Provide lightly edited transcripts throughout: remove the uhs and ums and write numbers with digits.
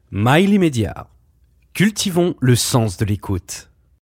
Mail Media. Cultivons le sens de l'écoute.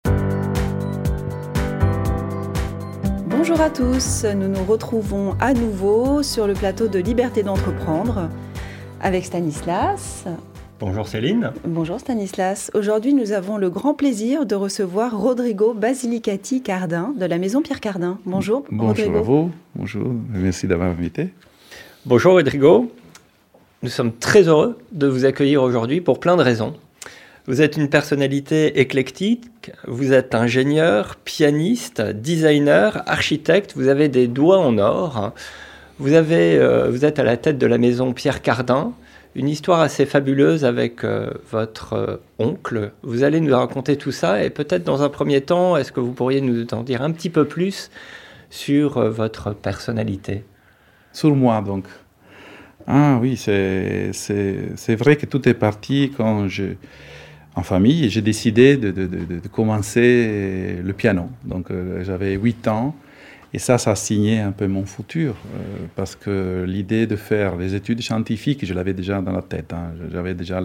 Bonjour à tous, nous nous retrouvons à nouveau sur le plateau de Liberté d'entreprendre avec Stanislas. Bonjour Céline. Bonjour Stanislas. Aujourd'hui, nous avons le grand plaisir de recevoir Rodrigo Basilicati Cardin de la maison Pierre Cardin. Bonjour Rodrigo. Bonjour à vous, bonjour, merci d'avoir invité. Bonjour Rodrigo. Nous sommes très heureux de vous accueillir aujourd'hui pour plein de raisons. Vous êtes une personnalité éclectique, vous êtes ingénieur, pianiste, designer, architecte, vous avez des doigts en or. Vous êtes à la tête de la maison Pierre Cardin, une histoire assez fabuleuse avec votre oncle. Vous allez nous raconter tout ça et peut-être dans un premier temps, est-ce que vous pourriez nous en dire un petit peu plus sur votre personnalité ? Sur moi donc. Ah oui, c'est vrai que tout est parti quand en famille, j'ai décidé de commencer le piano. Donc j'avais 8 ans et ça a signé un peu mon futur parce que l'idée de faire les études scientifiques, je l'avais déjà dans la tête. J'avais déjà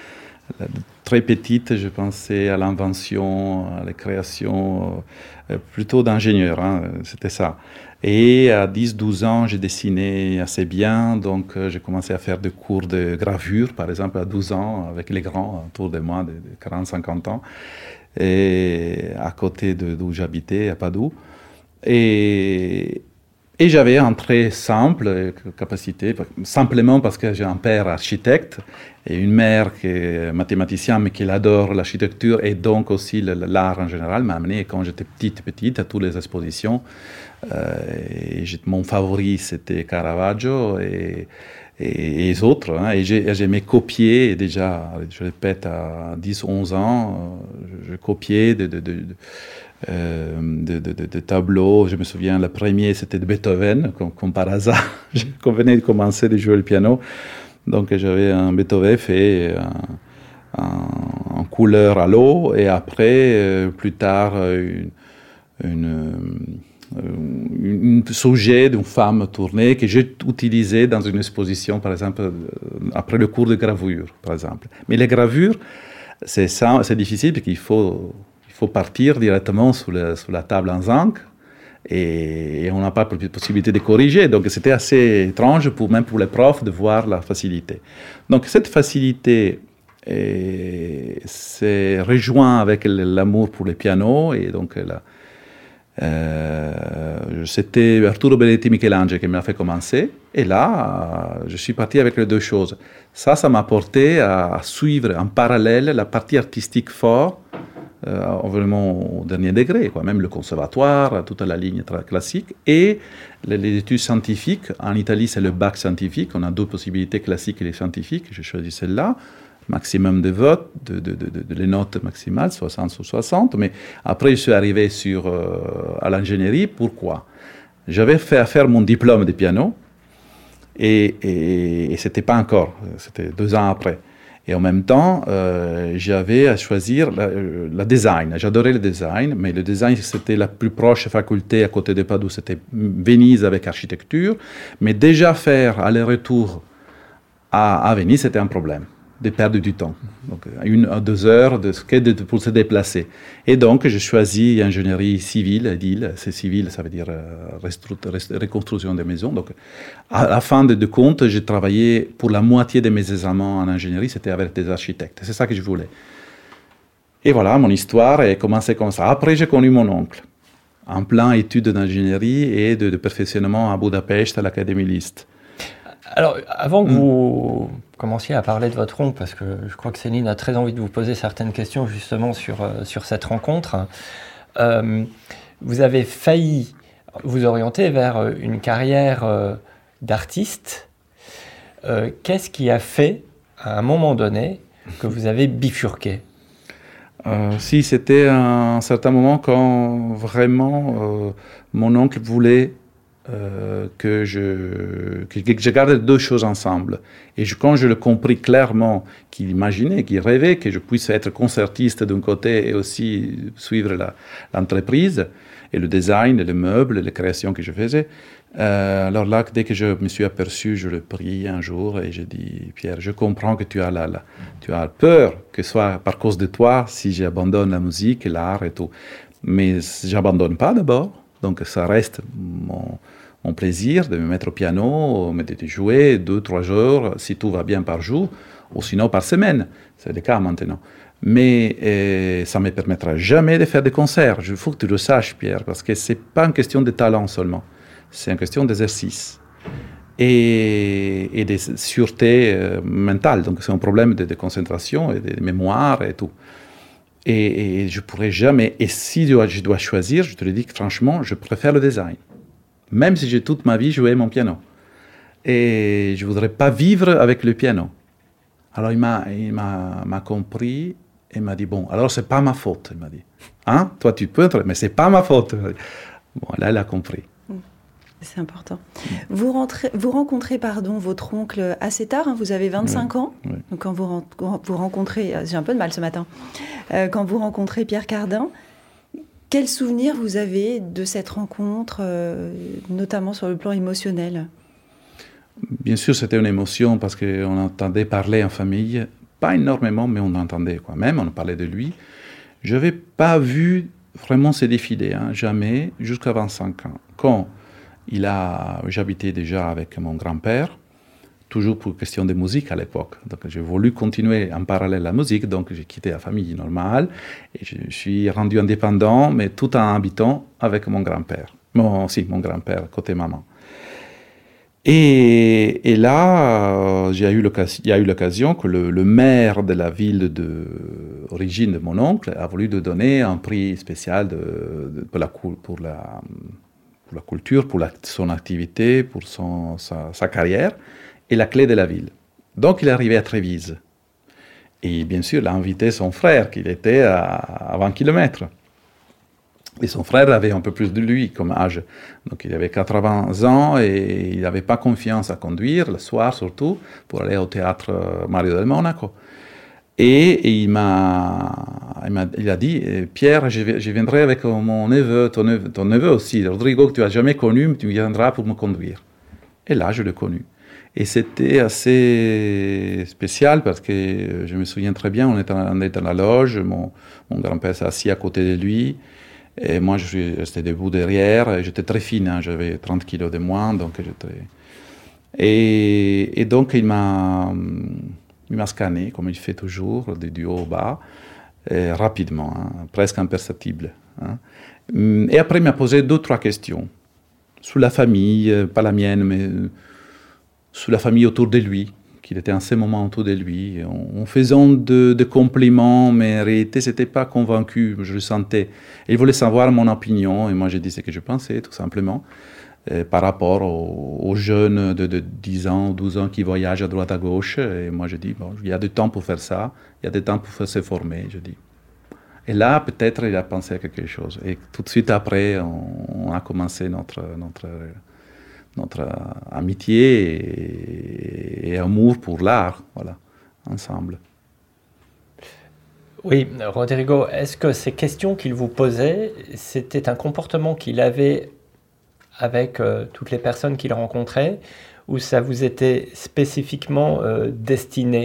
très petite, je pensais à l'invention, à la création, plutôt d'ingénieur, c'était ça. Et à 10-12 ans, j'ai dessiné assez bien, donc j'ai commencé à faire des cours de gravure, par exemple à 12 ans, avec les grands autour de moi, de 40-50 ans, et à côté d'où j'habitais, à Padoue. Et j'avais un très simple capacité, simplement parce que j'ai un père architecte et une mère qui est mathématicienne, mais qui adore l'architecture et donc aussi l'art en général, m'a amené quand j'étais petite à toutes les expositions. Mon favori, c'était Caravaggio et les autres. Et j'aimais copier, et déjà, je répète, à 10-11 ans, je copiais de tableaux. Je me souviens, le premier, c'était de Beethoven, comme par hasard. Je venais de commencer de jouer le piano. Donc, j'avais un Beethoven fait en couleur à l'eau, et après, plus tard, un sujet d'une femme tournée que j'ai utilisé dans une exposition, par exemple, après le cours de gravure, par exemple. Mais les gravures, c'est difficile parce qu'il faut partir directement sur la table en zinc et on n'a pas la possibilité de corriger. Donc c'était assez étrange, même pour les profs, de voir la facilité. Donc cette facilité s'est rejointe avec l'amour pour le piano et donc c'était Arturo Belletti Michel-Ange qui m'a fait commencer. Et là, je suis parti avec les deux choses. Ça m'a porté à suivre en parallèle la partie artistique forte, vraiment au dernier degré, même le conservatoire, toute la ligne classique, et les études scientifiques. En Italie, c'est le bac scientifique. On a deux possibilités, classiques et scientifiques. J'ai choisi celle-là. Maximum de votes, de les notes maximales, 60 sur 60. Mais après, je suis arrivé à l'ingénierie. Pourquoi ? J'avais fait à faire mon diplôme de piano et ce n'était pas encore, c'était 2 ans après. Et en même temps, j'avais à choisir le design. J'adorais le design, mais le design, c'était la plus proche faculté à côté de Padoue, c'était Venise avec architecture. Mais déjà faire aller-retour à Venise, c'était un problème, de perdre du temps. Donc, 1 à 2 heures pour se déplacer. Et donc, j'ai choisi ingénierie civile, DIL. C'est civil, ça veut dire reconstruction des maisons. Donc, à la fin de compte, j'ai travaillé pour la moitié de mes examens en ingénierie, c'était avec des architectes. C'est ça que je voulais. Et voilà, mon histoire a commencé comme ça. Après, j'ai connu mon oncle, en plein études d'ingénierie et de perfectionnement à Budapest, à l'Académie Liszt. Alors, avant que vous commenciez à parler de votre oncle, parce que je crois que Céline a très envie de vous poser certaines questions justement sur cette rencontre, vous avez failli vous orienter vers une carrière d'artiste. Qu'est-ce qui a fait, à un moment donné, que vous avez bifurqué ? Si, c'était à un certain moment quand vraiment mon oncle voulait que je garde 2 choses ensemble. Et quand je l'ai compris clairement, qu'il imaginait, qu'il rêvait que je puisse être concertiste d'un côté et aussi suivre l'entreprise, et le design, et les meubles, les créations que je faisais. Alors là, dès que je me suis aperçu, je le prie un jour et j'ai dit, Pierre, je comprends que tu as peur que ce soit par cause de toi si j'abandonne la musique, l'art et tout. Mais j'abandonne pas d'abord, donc ça reste mon plaisir de me mettre au piano, de jouer 2-3 heures, si tout va bien par jour, ou sinon par semaine. C'est le cas maintenant. Mais ça ne me permettra jamais de faire des concerts. Il faut que tu le saches, Pierre, parce que ce n'est pas une question de talent seulement. C'est une question d'exercice et de sûreté mentale. Donc c'est un problème de concentration et de mémoire et tout. Et je ne pourrais jamais... Et si je dois choisir, je te le dis que franchement, je préfère le design. Même si j'ai toute ma vie joué mon piano. Et je ne voudrais pas vivre avec le piano. Alors il m'a compris et m'a dit, bon, alors c'est pas ma faute. Il m'a dit, hein, toi tu peux, mais c'est pas ma faute. Bon, là, il a compris. C'est important. Vous rencontrez votre oncle assez tard, hein, vous avez 25 ans. Oui. Donc quand vous rencontrez, j'ai un peu de mal ce matin, quand vous rencontrez Pierre Cardin, quel souvenir vous avez de cette rencontre, notamment sur le plan émotionnel ? Bien sûr, c'était une émotion parce qu'on entendait parler en famille, pas énormément, mais on entendait quand même, on parlait de lui. Je n'avais pas vu vraiment se défiler, hein, jamais, jusqu'à 25 ans. Quand j'habitais déjà avec mon grand-père, toujours pour question de musique à l'époque. Donc j'ai voulu continuer en parallèle la musique, donc j'ai quitté la famille normale et je suis rendu indépendant, mais tout en habitant avec mon grand-père. Mon grand-père, côté maman. Et là, il y a eu l'occasion que le maire de la ville d'origine de mon oncle a voulu lui donner un prix spécial pour la culture, pour son activité, pour sa carrière, et la clé de la ville. Donc il est arrivé à Trévise. Et bien sûr, il a invité son frère, qui était à 20 km. Et son frère avait un peu plus de lui comme âge. Donc il avait 80 ans et il n'avait pas confiance à conduire, le soir surtout, pour aller au théâtre Mario del Monaco. Et il a dit, Pierre, je viendrai avec mon neveu, ton neveu aussi, Rodrigo, que tu n'as jamais connu, tu viendras pour me conduire. Et là, je l'ai connu. Et c'était assez spécial parce que je me souviens très bien, on était dans la loge, mon grand-père s'est assis à côté de lui, et moi je suis resté debout derrière, et j'étais très fine, hein, j'avais 30 kilos de moins, donc j'étais... Et donc il m'a scanné, comme il fait toujours, du haut au bas, rapidement, hein, presque imperceptible. Hein. Et après, il m'a posé 2-3 questions sur la famille, pas la mienne, mais sur la famille autour de lui, qu'il était en ce moment autour de lui, en faisant de compliments, mais en réalité, je n'étais pas convaincu, je le sentais. Et il voulait savoir mon opinion, et moi, j'ai dit ce que je pensais, tout simplement. Par rapport aux jeunes de 10 ans ou 12 ans qui voyagent à droite à gauche. Et moi, je dis, bon, il y a du temps pour faire ça, il y a du temps pour se former, je dis. Et là, peut-être, il a pensé à quelque chose. Et tout de suite après, on a commencé notre amitié et amour pour l'art, voilà, ensemble. Oui, Rodrigo, est-ce que ces questions qu'il vous posait, c'était un comportement qu'il avait avec toutes les personnes qu'il rencontrait, ou ça vous était spécifiquement destiné ?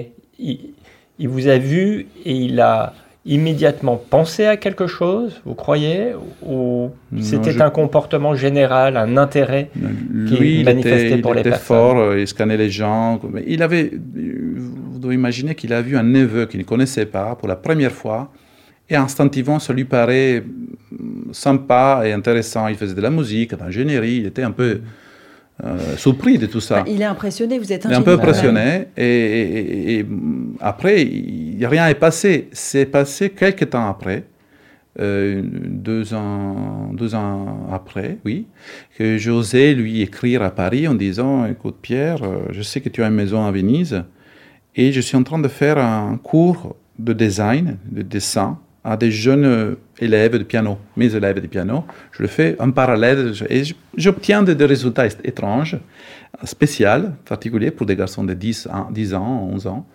Il vous a vu et il a immédiatement pensé à quelque chose, vous croyez ? Ou c'était un comportement général, un intérêt qu'il manifestait pour les personnes ? Il était fort, il scannait les gens. Vous devez imaginer qu'il a vu un neveu qu'il ne connaissait pas pour la première fois, et instinctivement, ça lui paraît sympa et intéressant. Il faisait de la musique, de l'ingénierie, il était un peu surpris de tout ça. Il est impressionné, vous êtes un peu impressionné. Et après, rien n'est passé. C'est passé quelques temps après, 2 ans après, oui, que j'osais lui écrire à Paris en disant, écoute Pierre, je sais que tu as une maison à Venise et je suis en train de faire un cours de design, de dessin, à des jeunes élèves de piano, mes élèves de piano. Je le fais en parallèle et j'obtiens des résultats étranges, spéciaux, particuliers pour des garçons de 10 ans, 11 ans.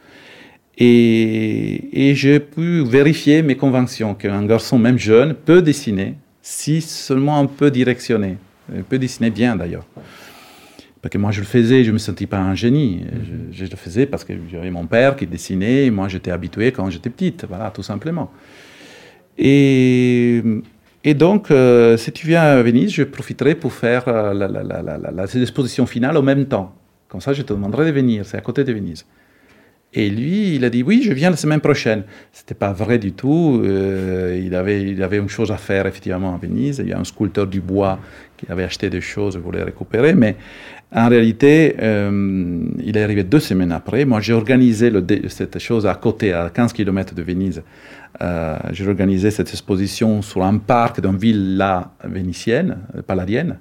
Et j'ai pu vérifier mes convictions qu'un garçon, même jeune, peut dessiner si seulement un peu directionné, un peu dessiné bien d'ailleurs. Parce que moi je le faisais, je ne me sentais pas un génie. Je le faisais parce que j'avais mon père qui dessinait, et moi j'étais habitué quand j'étais petite, voilà, tout simplement. Et donc, si tu viens à Venise, je profiterai pour faire l'exposition finale en même temps. Comme ça, je te demanderai de venir, c'est à côté de Venise. Et lui, il a dit, oui, je viens la semaine prochaine. Ce n'était pas vrai du tout. Il avait une chose à faire, effectivement, à Venise. Il y a un sculpteur du bois qui avait acheté des choses et voulait récupérer. Mais en réalité, il est arrivé 2 semaines après. Moi, j'ai organisé cette chose à côté, à 15 km de Venise. J'ai organisé cette exposition sur un parc d'une villa vénitienne, palladienne.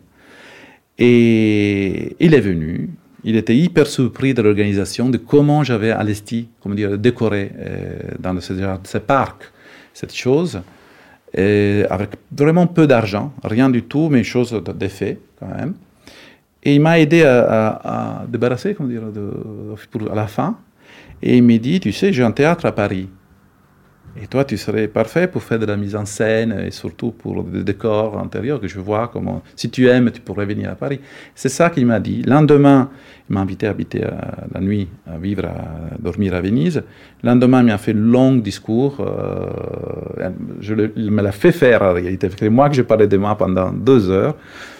Et il est venu. Il était hyper surpris de l'organisation, de comment j'avais investi, décoré dans ce parc, cette chose, avec vraiment peu d'argent, rien du tout, mais une chose d'effet quand même. Et il m'a aidé à débarrasser, à la fin. Et il m'a dit, tu sais, j'ai un théâtre à Paris. Et toi, tu serais parfait pour faire de la mise en scène et surtout pour le décor intérieur que je vois. Comment, si tu aimes, tu pourrais venir à Paris. C'est ça qu'il m'a dit. Le lendemain, il m'a invité à habiter la nuit, à dormir à Venise. Le lendemain, il m'a fait un long discours. Il me l'a fait faire en réalité. C'est moi que je parlais de moi pendant 2 heures.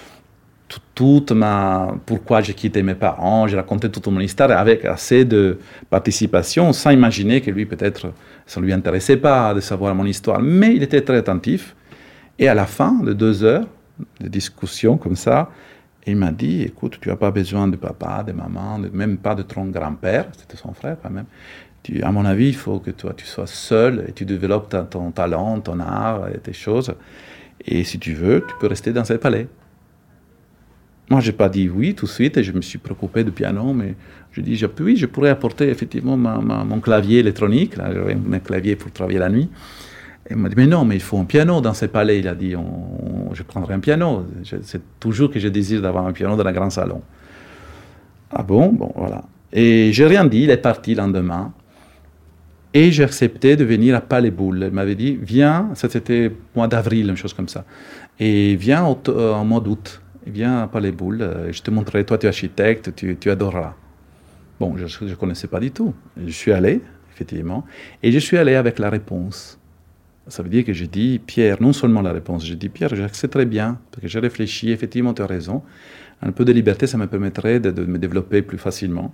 Pourquoi j'ai quitté mes parents, j'ai raconté toute mon histoire avec assez de participation, sans imaginer que lui, peut-être, ça ne lui intéressait pas de savoir mon histoire. Mais il était très attentif. Et à la fin de 2 heures de discussion comme ça, il m'a dit, écoute, tu n'as pas besoin de papa, de maman, même pas de ton grand-père, c'était son frère quand même. À mon avis, il faut que toi, tu sois seul et tu développes ton talent, ton art et tes choses. Et si tu veux, tu peux rester dans ce palais. Moi, je n'ai pas dit oui tout de suite et je me suis préoccupé du piano, mais je dis oui, je pourrais apporter effectivement mon clavier électronique, là, j'avais un clavier pour travailler la nuit. Et il m'a dit, mais non, mais il faut un piano dans ce palais. Il a dit, je prendrai un piano. C'est toujours que je désire d'avoir un piano dans un grand salon. Ah bon, voilà. Et je n'ai rien dit, il est parti le lendemain. Et j'ai accepté de venir à Palais-Boulle. Il m'avait dit, viens, c'était mois d'avril, une chose comme ça. Et viens en mois d'août. Viens à Palais-Boulle, je te montrerai, toi tu es architecte, tu adoreras. Bon, je ne connaissais pas du tout. Je suis allé, effectivement, et je suis allé avec la réponse. Ça veut dire que j'ai dit, Pierre, non seulement la réponse, j'ai dit, Pierre, j'accepterai bien, parce que j'ai réfléchi, effectivement, tu as raison. Un peu de liberté, ça me permettrait de me développer plus facilement.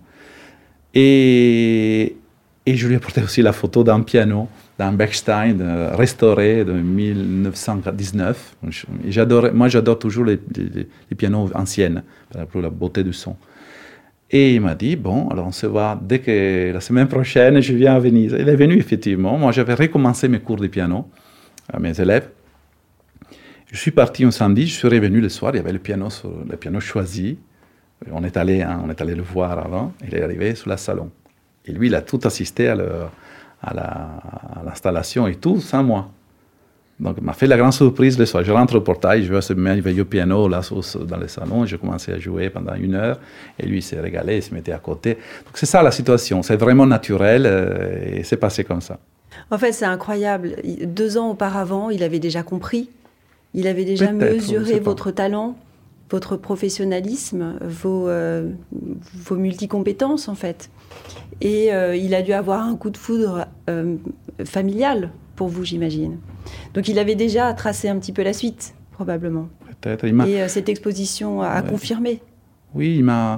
Et je lui ai apporté aussi la photo d'un piano, d'un Bechstein restauré de 1919. Moi, j'adore toujours les pianos anciens, pour la beauté du son. Et il m'a dit, bon, alors on se voit dès que la semaine prochaine, je viens à Venise. Il est venu, effectivement. Moi, j'avais recommencé mes cours de piano à mes élèves. Je suis parti un samedi, je suis revenu le soir, il y avait le piano choisi. On est allé le voir avant. Il est arrivé sur le salon. Et lui, il a tout assisté à l'installation et tout, sans moi. Donc, il m'a fait la grande surprise le soir. Je rentre au portail, je vois ce merveilleux piano là dans le salon. J'ai commencé à jouer pendant 1 heure. Et lui, il s'est régalé, il se mettait à côté. Donc, c'est ça la situation. C'est vraiment naturel et c'est passé comme ça. En fait, c'est incroyable. 2 ans auparavant, il avait déjà compris. Il avait déjà mesuré votre talent, votre professionnalisme, vos multicompétences, en fait. Et il a dû avoir un coup de foudre familial pour vous, j'imagine. Donc il avait déjà tracé un petit peu la suite, probablement. Peut-être. Et cette exposition a confirmé. Oui, il m'a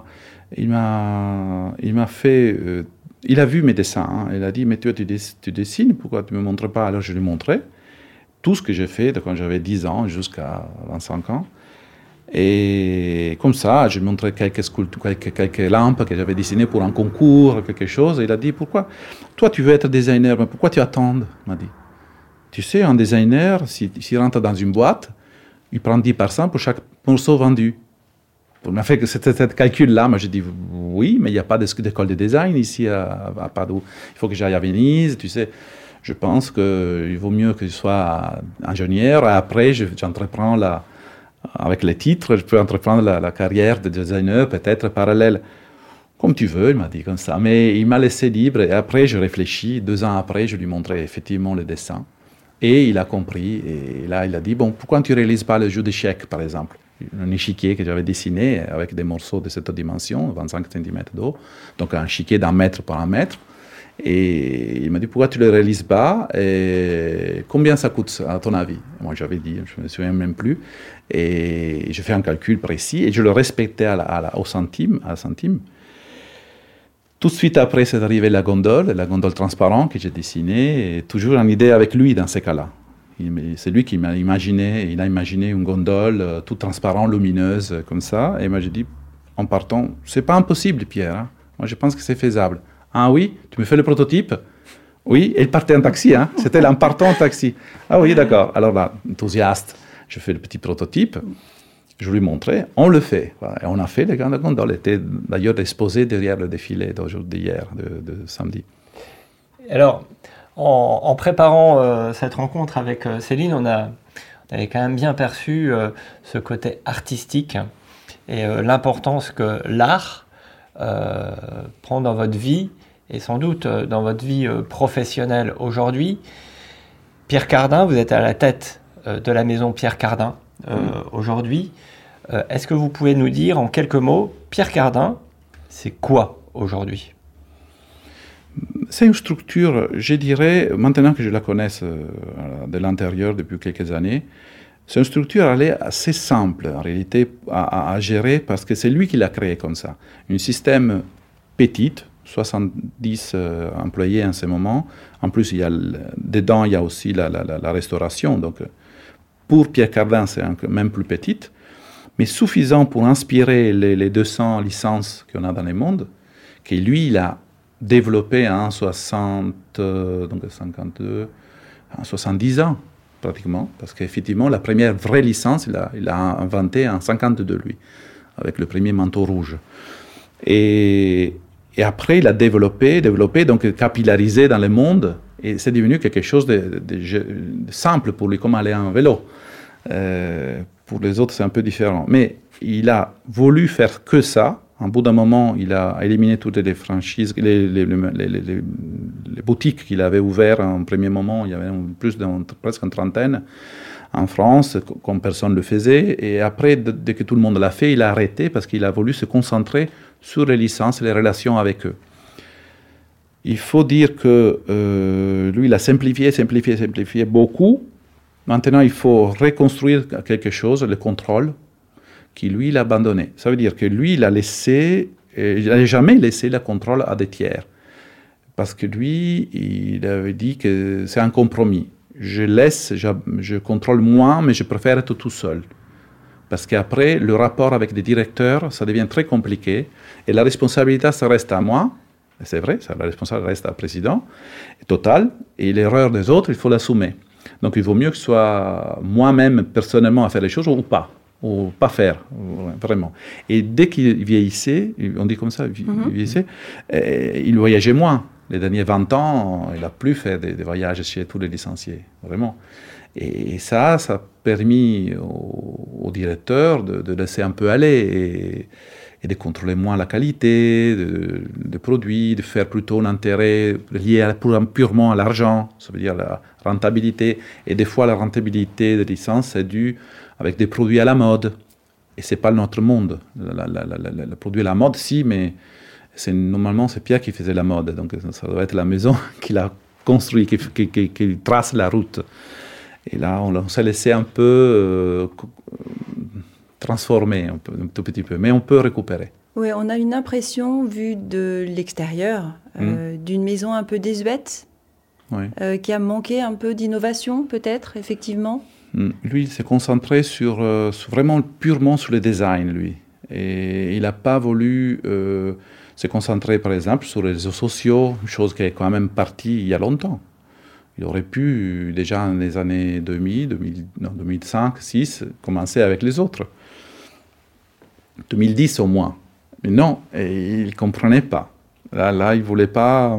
fait... il a vu mes dessins. Hein. Il a dit, mais tu dessines, pourquoi tu ne me montres pas? Alors je lui ai montré tout ce que j'ai fait de quand j'avais 10 ans jusqu'à 25 ans. Et comme ça, je lui ai montré quelques lampes que j'avais dessinées pour un concours, quelque chose. Et il a dit, pourquoi? Toi, tu veux être designer, mais pourquoi tu attends? Il m'a dit. Tu sais, un designer, s'il rentre dans une boîte, il prend 10% pour chaque morceau vendu. Il m'a fait ce calcul-là. Moi, j'ai dit, oui, mais il n'y a pas d'école de design ici à Padoue. Il faut que j'aille à Venise, tu sais. Je pense qu'il vaut mieux que je sois ingénieur. Et après, j'entreprends avec les titres, je peux entreprendre la carrière de designer, peut-être parallèle. Comme tu veux, il m'a dit comme ça. Mais il m'a laissé libre. Et après, je réfléchis. 2 ans après, je lui montrais effectivement le dessin. Et il a compris. Et là, il a dit, bon, pourquoi tu ne réalises pas le jeu d'échecs, par exemple? Un échiquier que j'avais dessiné avec des morceaux de cette dimension, 25 cm d'eau. Donc un échiquier d'1 mètre par 1 mètre. Et il m'a dit, pourquoi tu ne le réalises pas? Et combien ça coûte, à ton avis? Moi, j'avais dit, je ne me souviens même plus. Et je fais un calcul précis et je le respectais au centime, à la centime. Tout de suite après, c'est arrivé la gondole transparente que j'ai dessinée, et toujours en idée avec lui dans ces cas-là. C'est lui qui m'a imaginé, il a imaginé une gondole toute transparente, lumineuse, comme ça. Et moi, j'ai dit, en partant, c'est pas impossible, Pierre. Hein. Moi, je pense que c'est faisable. Ah oui, tu me fais le prototype? Oui, et il partait en taxi. Hein. C'était là, en partant en taxi. Ah oui, d'accord. Alors là, enthousiaste, je fais le petit prototype. Je lui montrais, on le fait. Voilà. Et on a fait, les grandes gondoles étaient d'ailleurs exposées derrière le défilé d'hier, de samedi. Alors, en préparant cette rencontre avec Céline, on avait quand même bien perçu ce côté artistique et l'importance que l'art prend dans votre vie et sans doute dans votre vie professionnelle aujourd'hui. Pierre Cardin, vous êtes à la tête de la maison Pierre Cardin aujourd'hui. Est-ce que vous pouvez nous dire en quelques mots, Pierre Cardin, c'est quoi aujourd'hui? C'est une structure, je dirais, maintenant que je la connais de l'intérieur depuis quelques années, c'est une structure elle est assez simple en réalité à gérer parce que c'est lui qui l'a créé comme ça. Un système petit, 70 employés en ce moment. En plus, dedans, il y a aussi la restauration. Donc, pour Pierre Cardin, c'est même plus petite, mais suffisant pour inspirer les 200 licences qu'on a dans le monde, que lui, il a développé en 70 ans, pratiquement, parce qu'effectivement, la première vraie licence, il a inventé en 52, lui, avec le premier manteau rouge. Et après, il a développé, donc capillarisé dans le monde, et c'est devenu quelque chose de simple pour lui, comme aller en vélo. Pour les autres, c'est un peu différent. Mais il a voulu faire que ça. En bout d'un moment, il a éliminé toutes les franchises, les boutiques qu'il avait ouvertes en premier moment. Il y avait presque une trentaine en France, comme personne ne le faisait. Et après, dès que tout le monde l'a fait, il a arrêté parce qu'il a voulu se concentrer sur les licences et les relations avec eux. Il faut dire que lui, il a simplifié beaucoup. Maintenant, il faut reconstruire quelque chose, le contrôle, qui lui, il a abandonné. Ça veut dire que lui, il n'a jamais laissé le contrôle à des tiers. Parce que lui, il avait dit que c'est un compromis. Je contrôle moins, mais je préfère être tout seul. Parce qu'après, le rapport avec des directeurs, ça devient très compliqué. Et la responsabilité, ça reste à moi. C'est vrai, la responsabilité reste à président, total. Et l'erreur des autres, il faut l'assumer. Donc il vaut mieux que ce soit moi-même personnellement à faire les choses ou pas faire, vraiment. Et dès qu'il vieillissait, on dit comme ça, vieillissait, il voyageait moins. Les derniers 20 ans, il n'a plus fait des voyages chez tous les licenciés, vraiment. Et ça a permis au directeur de laisser un peu aller et de contrôler moins la qualité des produits, de faire plutôt un intérêt lié purement à l'argent, ça veut dire la rentabilité. Et des fois, la rentabilité des licences est due avec des produits à la mode. Et ce n'est pas notre monde. Le produit à la mode, si, mais normalement, c'est Pierre qui faisait la mode. Donc, ça doit être la maison qu'il a construit, qui trace la route. Et là, on s'est laissé un peu transformer, un tout petit peu. Mais on peut récupérer. Oui, on a une impression, vue de l'extérieur, d'une maison un peu désuète, qui a manqué un peu d'innovation, peut-être, effectivement. Lui, il s'est concentré vraiment purement sur le design, lui. Et il n'a pas voulu se concentrer, par exemple, sur les réseaux sociaux, une chose qui est quand même partie il y a longtemps. Il aurait pu, déjà dans les années 2005, 2006, commencer avec les autres. 2010 au moins. Mais non, il ne comprenait pas. Là, il ne voulait pas...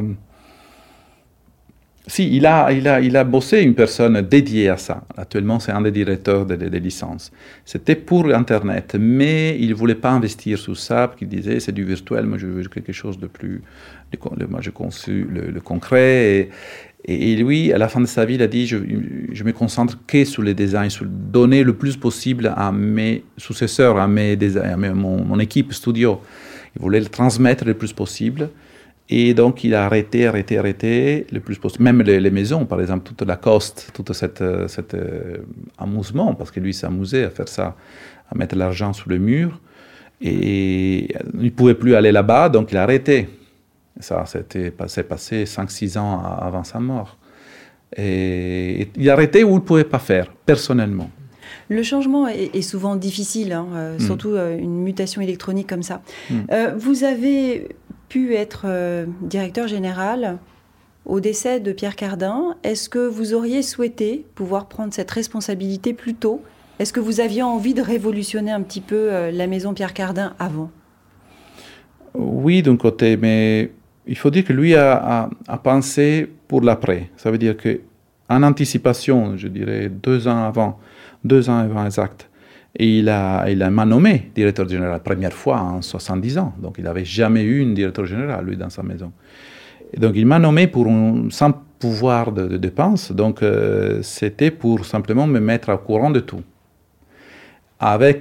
Si, il a bossé une personne dédiée à ça. Actuellement, c'est un des directeurs des licences. C'était pour Internet, mais il ne voulait pas investir sur ça, parce qu'il disait, c'est du virtuel, moi je veux quelque chose de plus... Moi, j'ai conçu le concret, Et lui, à la fin de sa vie, il a dit, je me concentre que sur les designs, sur donner le plus possible à mes successeurs, à mon équipe studio. Il voulait le transmettre le plus possible. Et donc, il a arrêté le plus possible. Même les maisons, par exemple, toute la Lacoste, tout cet amusement, parce que lui s'amusait à faire ça, à mettre l'argent sous le mur. Et il ne pouvait plus aller là-bas, donc il a arrêté. Ça, c'est passé 5-6 ans avant sa mort. Et il a arrêté où il ne pouvait pas faire, personnellement. Le changement est souvent difficile, surtout une mutation électronique comme ça. Vous avez pu être directeur général au décès de Pierre Cardin. Est-ce que vous auriez souhaité pouvoir prendre cette responsabilité plus tôt ? Est-ce que vous aviez envie de révolutionner un petit peu la maison Pierre Cardin avant ? Oui, d'un côté, mais il faut dire que lui a pensé pour l'après. Ça veut dire qu'en anticipation, je dirais 2 ans avant exact, et il m'a nommé directeur général, première fois en 70 ans. Donc il n'avait jamais eu un directeur général, lui, dans sa maison. Et donc il m'a nommé sans pouvoir de dépense, donc c'était pour simplement me mettre au courant de tout. Avec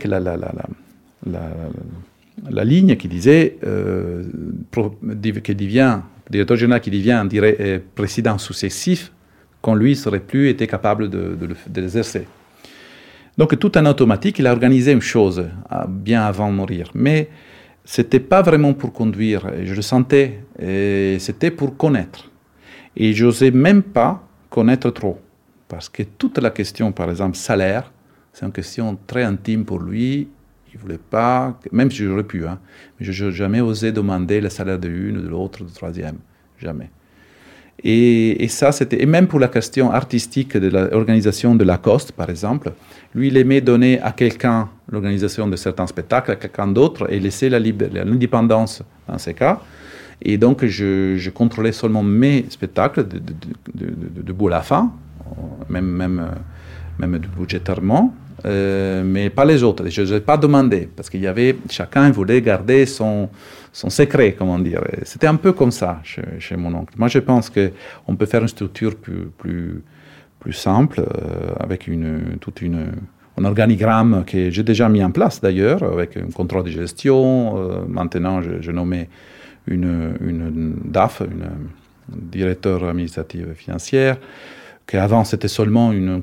la ligne qui disait qui devient directeur général, qui devient président successif, quand lui ne serait plus été capable de l'exercer. Donc tout en automatique, il a organisé une chose bien avant de mourir, mais ce n'était pas vraiment pour conduire, je le sentais, et c'était pour connaître. Et je n'osais même pas connaître trop, parce que toute la question, par exemple, salaire, c'est une question très intime pour lui. Il ne voulait pas, même si j'aurais pu, mais je n'ai jamais osé demander le salaire de l'une, de l'autre, de troisième. Jamais. Et ça, c'était. Et même pour la question artistique de l'organisation de Lacoste, par exemple, lui, il aimait donner à quelqu'un l'organisation de certains spectacles, à quelqu'un d'autre, et laisser l'indépendance dans ces cas. Et donc, je contrôlais seulement mes spectacles de bout à la fin, même budgétairement. Mais pas les autres. Je n'ai pas demandé, parce qu'il y avait, chacun voulait garder son secret, comment dire. C'était un peu comme ça chez mon oncle. Moi, je pense qu'on peut faire une structure plus simple, avec un organigramme que j'ai déjà mis en place d'ailleurs, avec un contrôle de gestion. Maintenant, je nommais une DAF, une directeur administratif financière, qu'avant c'était seulement un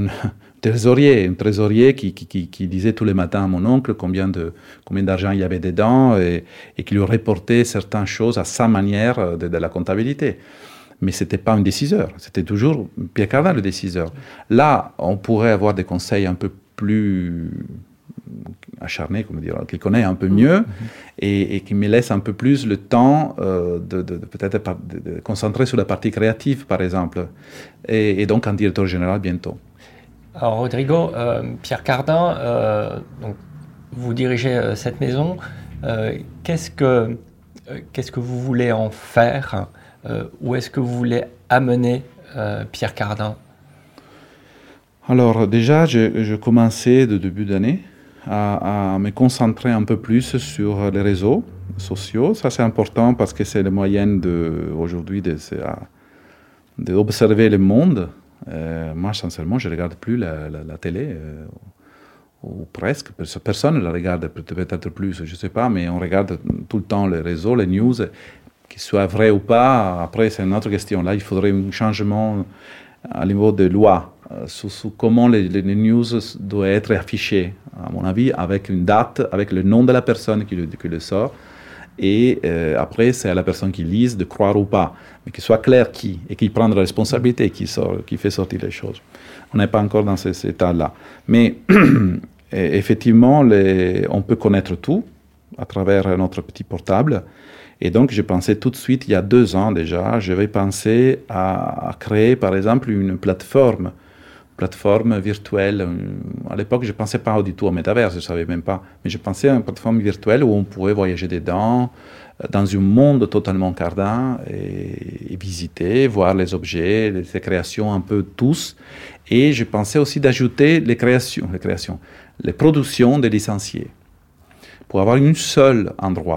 trésorier qui disait tous les matins à mon oncle combien d'argent il y avait dedans et qui lui reportait certaines choses à sa manière de la comptabilité. Mais ce n'était pas un déciseur, c'était toujours Pierre Cardin le déciseur. Là, on pourrait avoir des conseils un peu plus acharnés, qui connaît un peu mieux et qui me laisse un peu plus le temps peut-être de concentrer sur la partie créative, par exemple, et donc en directeur général bientôt. Alors Rodrigo, Pierre Cardin, donc, vous dirigez cette maison. Qu'est-ce que vous voulez en faire ? Où est-ce que vous voulez amener Pierre Cardin ? Alors déjà, je commençais de début d'année à me concentrer un peu plus sur les réseaux sociaux. Ça, c'est important parce que c'est le moyen aujourd'hui d'observer le monde. Moi, sincèrement, je ne regarde plus la télé, ou presque. Personne ne la regarde, peut-être plus, je ne sais pas, mais on regarde tout le temps les réseaux, les news, qu'ils soient vrais ou pas. Après, c'est une autre question. Là, il faudrait un changement à niveau de loi sur comment les news doivent être affichées, à mon avis, avec une date, avec le nom de la personne qui le sort. Et après, c'est à la personne qui lise de croire ou pas, mais qu'il soit clair qui, et qu'il prenne la responsabilité, qui fait sortir les choses. On n'est pas encore dans cet état-là. Mais effectivement, on peut connaître tout à travers notre petit portable. Et donc, je pensais tout de suite, il y a 2 ans déjà, je vais penser à créer, par exemple, une plateforme virtuelle. À l'époque, je ne pensais pas du tout au métavers, je ne savais même pas. Mais je pensais à une plateforme virtuelle où on pouvait voyager dedans, dans un monde totalement Cardin, et visiter, voir les objets, les créations un peu tous. Et je pensais aussi d'ajouter les productions des licenciés, pour avoir un seul endroit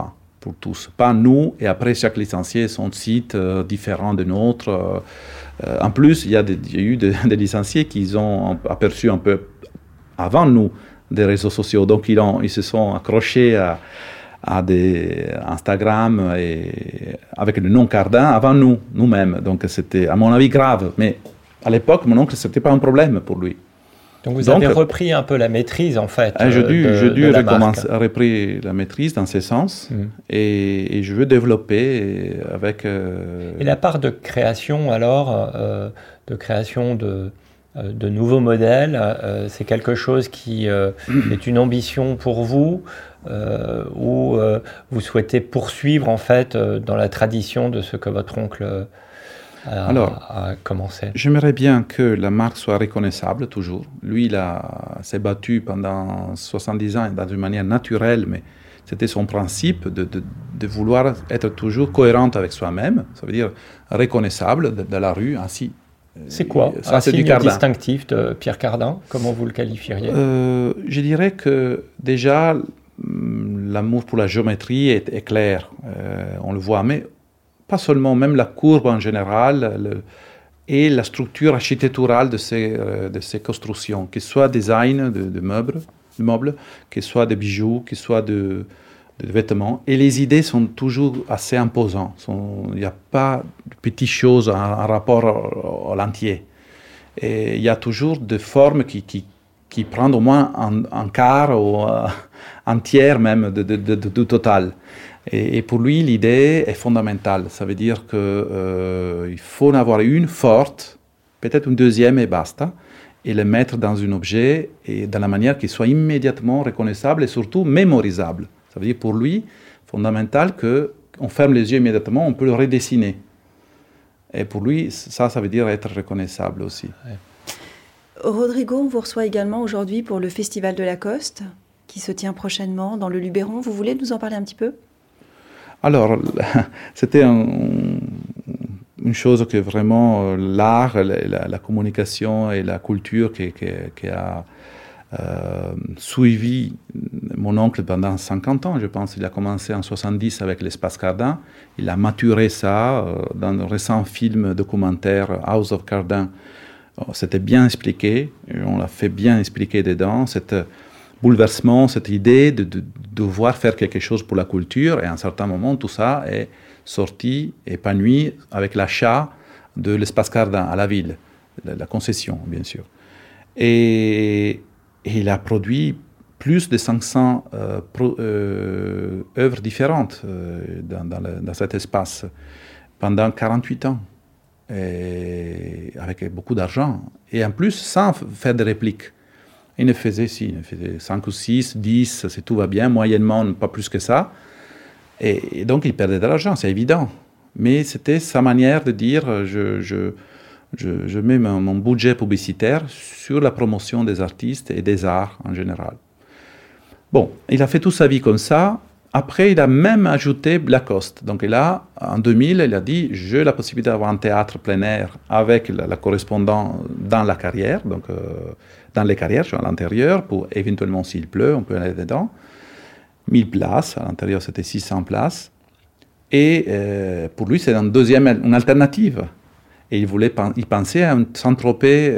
pour tous. Pas nous, et après chaque licencié son site différent de nôtre. En plus, il y a eu des licenciés qui ont aperçu un peu avant nous des réseaux sociaux. Donc ils se sont accrochés à des Instagram et avec le nom Cardin avant nous-mêmes. Donc c'était, à mon avis, grave. Mais à l'époque, mon oncle, ce n'était pas un problème pour lui. Donc vous avez repris un peu la maîtrise, en fait, j'ai dû repris la maîtrise dans ce sens, et je veux développer avec... Et la part de création, alors, de création de nouveaux modèles, c'est quelque chose qui est une ambition pour vous, ou vous souhaitez poursuivre, en fait, dans la tradition de ce que votre oncle a commencé? J'aimerais bien que la marque soit reconnaissable toujours. Lui, s'est battu pendant 70 ans d'une manière naturelle, mais c'était son principe de vouloir être toujours cohérente avec soi-même. Ça veut dire reconnaissable de la rue, ainsi. C'est quoi un signe distinctif de Pierre Cardin? Comment vous le qualifieriez? Je dirais que déjà, l'amour pour la géométrie est clair. On le voit, mais pas seulement, même la courbe en général et la structure architecturale de ces constructions, que ce soit design de meubles, que ce soit de bijoux, que ce soit de vêtements. Et les idées sont toujours assez imposantes. Il n'y a pas de petites choses en rapport à l'entier. Et il y a toujours des formes qui prennent au moins un quart ou un tiers même du total. Et pour lui, l'idée est fondamentale. Ça veut dire qu'il faut en avoir une forte, peut-être une deuxième et basta, et le mettre dans un objet et dans la manière qu'il soit immédiatement reconnaissable et surtout mémorisable. Ça veut dire pour lui, fondamental qu'on ferme les yeux immédiatement, on peut le redessiner. Et pour lui, ça veut dire être reconnaissable aussi. Ouais. Rodrigo, on vous reçoit également aujourd'hui pour le Festival de Lacoste, qui se tient prochainement dans le Luberon. Vous voulez nous en parler un petit peu ? Alors, c'était une chose que vraiment l'art, la communication et la culture qui a suivi mon oncle pendant 50 ans, je pense. Il a commencé en 70 avec l'Espace Cardin. Il a maturé ça dans un récent film documentaire House of Cardin. C'était bien expliqué, on l'a fait bien expliquer dedans, cet bouleversement, cette idée de devoir faire quelque chose pour la culture, et à un certain moment, tout ça est sorti, épanoui avec l'achat de l'Espace Cardin à la ville, la concession, bien sûr. Et il a produit plus de 500 œuvres différentes dans cet espace pendant 48 ans. Et avec beaucoup d'argent, et en plus sans faire de répliques. Il ne faisait 5 ou 6, 10, si tout va bien, moyennement, pas plus que ça. Et donc il perdait de l'argent, c'est évident. Mais c'était sa manière de dire, je mets mon budget publicitaire sur la promotion des artistes et des arts en général. Bon, il a fait toute sa vie comme ça. Après, il a même ajouté Lacoste. Donc là, en 2000, il a dit, j'ai la possibilité d'avoir un théâtre plein air avec la correspondant dans la carrière, donc dans les carrières, à l'intérieur, pour éventuellement, s'il pleut, on peut aller dedans. 1000 places, à l'intérieur, c'était 600 places. Et pour lui, c'est une alternative. Et il pensait à un Saint-Tropez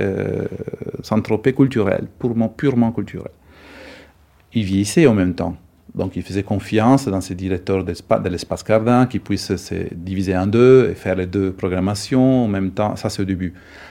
culturel, purement culturel. Il vieillissait en même temps. Donc, il faisait confiance dans ses directeurs de l'Espace Cardin qui puissent se diviser en deux et faire les deux programmations en même temps. Ça, c'est au début.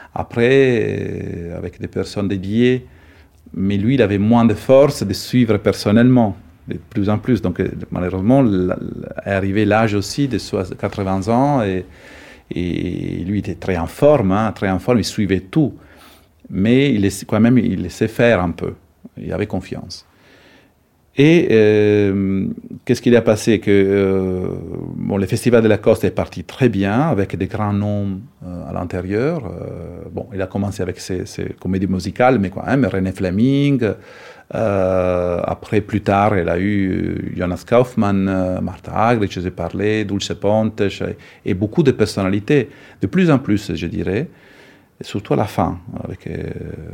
Après, avec des personnes dédiées, mais lui, il avait moins de force de suivre personnellement, de plus en plus. Donc, malheureusement, est arrivé l'âge aussi de 80 ans et lui était très en forme, il suivait tout. Mais il laissait faire un peu. Il avait confiance. Et qu'est-ce qu'il a passé le Festival de Lacoste est parti très bien, avec des grands noms à l'intérieur. Il a commencé avec ses comédies musicales, mais quand même, René Fleming. Après, plus tard, il a eu Jonas Kaufmann, Martha Argerich, je vous ai parlé, Dulce Pontes, et beaucoup de personnalités, de plus en plus, je dirais, et surtout à la fin, avec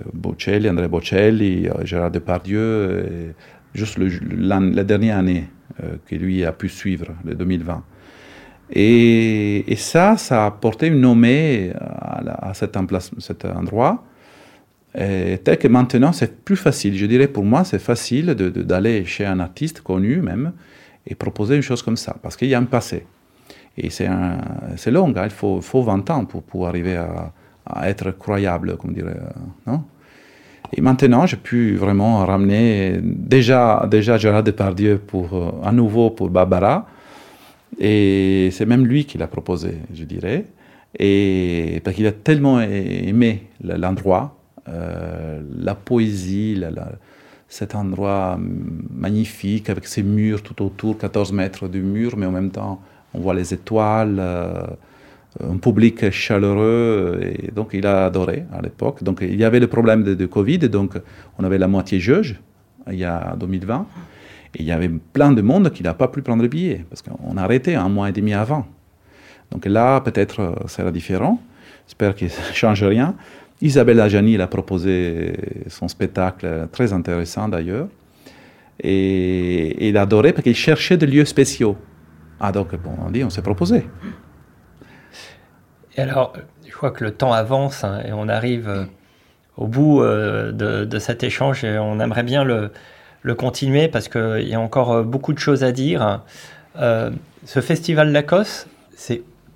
Bocelli, André Bocelli, Gérard Depardieu, juste la dernière année, que lui a pu suivre, le 2020. Et ça a porté une nommée à cet endroit. Tel que maintenant, c'est plus facile. Je dirais, pour moi, c'est facile d'aller chez un artiste connu même et proposer une chose comme ça, parce qu'il y a un passé. Et c'est long, hein, il faut 20 ans pour arriver à être croyable, comme dirait, non? Et maintenant, j'ai pu vraiment ramener déjà Gérard Depardieu à nouveau pour Barbara. Et c'est même lui qui l'a proposé, je dirais. Et parce qu'il a tellement aimé l'endroit, la poésie, cet endroit magnifique avec ses murs tout autour, 14 mètres de murs, mais en même temps, on voit les étoiles, un public chaleureux, et donc il a adoré à l'époque. Donc il y avait le problème de Covid, donc on avait la moitié jauge, il y a 2020, et il y avait plein de monde qui n'a pas pu prendre le billet, parce qu'on a arrêté 1 mois et demi avant. Donc là, peut-être, ça sera différent, j'espère que ça ne change rien. Isabelle Adjani, elle a proposé son spectacle, très intéressant d'ailleurs, et il a adoré parce qu'il cherchait des lieux spéciaux. Ah donc, bon, on s'est proposé. Et alors, je crois que le temps avance hein, et on arrive au bout de cet échange et on aimerait bien le continuer parce qu'il y a encore beaucoup de choses à dire. Ce festival Lacoste, c'est quand ?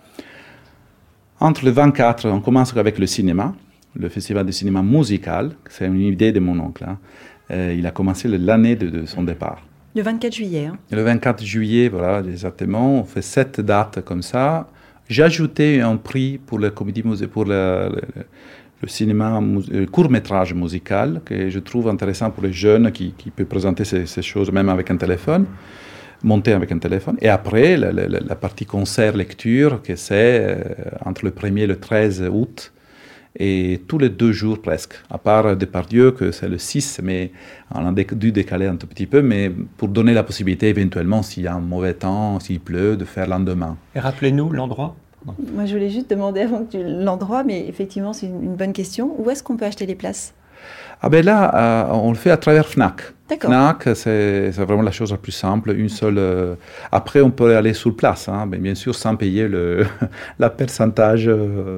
Entre le 24, on commence avec le cinéma, le festival de cinéma musical, c'est une idée de mon oncle. Hein. Il a commencé l'année de son départ. Le 24 juillet. Hein. Le 24 juillet, voilà, exactement. On fait 7 dates comme ça. J'ai ajouté un prix pour la comédie, pour le cinéma, le court-métrage musical, que je trouve intéressant pour les jeunes qui peuvent présenter ces choses, même avec un téléphone, monter avec un téléphone. Et après, la partie concert-lecture, que c'est entre le 1er et le 13 août, et tous les 2 jours presque, à part Depardieu, que c'est le 6, mais on a dû décaler un tout petit peu, mais pour donner la possibilité éventuellement, s'il y a un mauvais temps, s'il pleut, de faire le lendemain. Et rappelez-nous l'endroit. Moi, je voulais juste demander avant que l'endroit, mais effectivement, c'est une bonne question. Où est-ce qu'on peut acheter les places ? Ah ben là, on le fait à travers Fnac. D'accord. Fnac, c'est vraiment la chose la plus simple. Une seule. Après, on peut aller sur place, hein, mais bien sûr sans payer la pourcentage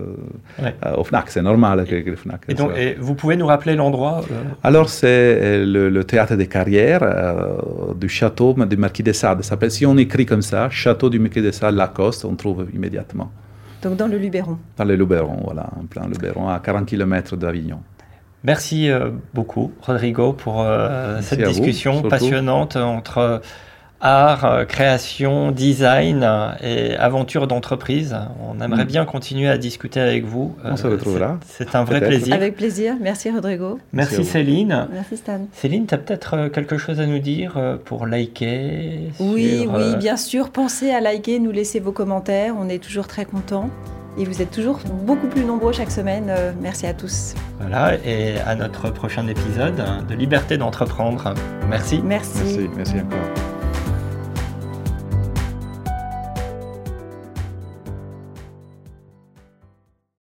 au Fnac. C'est normal que le Fnac. Et donc, vous pouvez nous rappeler l'endroit Alors, c'est le théâtre des Carrières du château du Marquis de Sade. Si on écrit comme ça, château du Marquis de Sade, Lacoste, on trouve immédiatement. Donc dans le Luberon. Dans le Luberon, voilà, en plein Luberon, à 40 km d'Avignon. Merci beaucoup, Rodrigo, pour cette discussion passionnante entre art, création, design et aventure d'entreprise. On aimerait bien continuer à discuter avec vous. On se retrouvera. C'est un vrai plaisir. Avec plaisir. Merci, Rodrigo. Merci Céline. Merci, Stan. Céline, tu as peut-être quelque chose à nous dire pour liker Oui, bien sûr. Pensez à liker, nous laisser vos commentaires. On est toujours très contents. Et vous êtes toujours beaucoup plus nombreux chaque semaine. Merci à tous. Voilà, et à notre prochain épisode de Liberté d'entreprendre. Merci. Merci. Merci encore.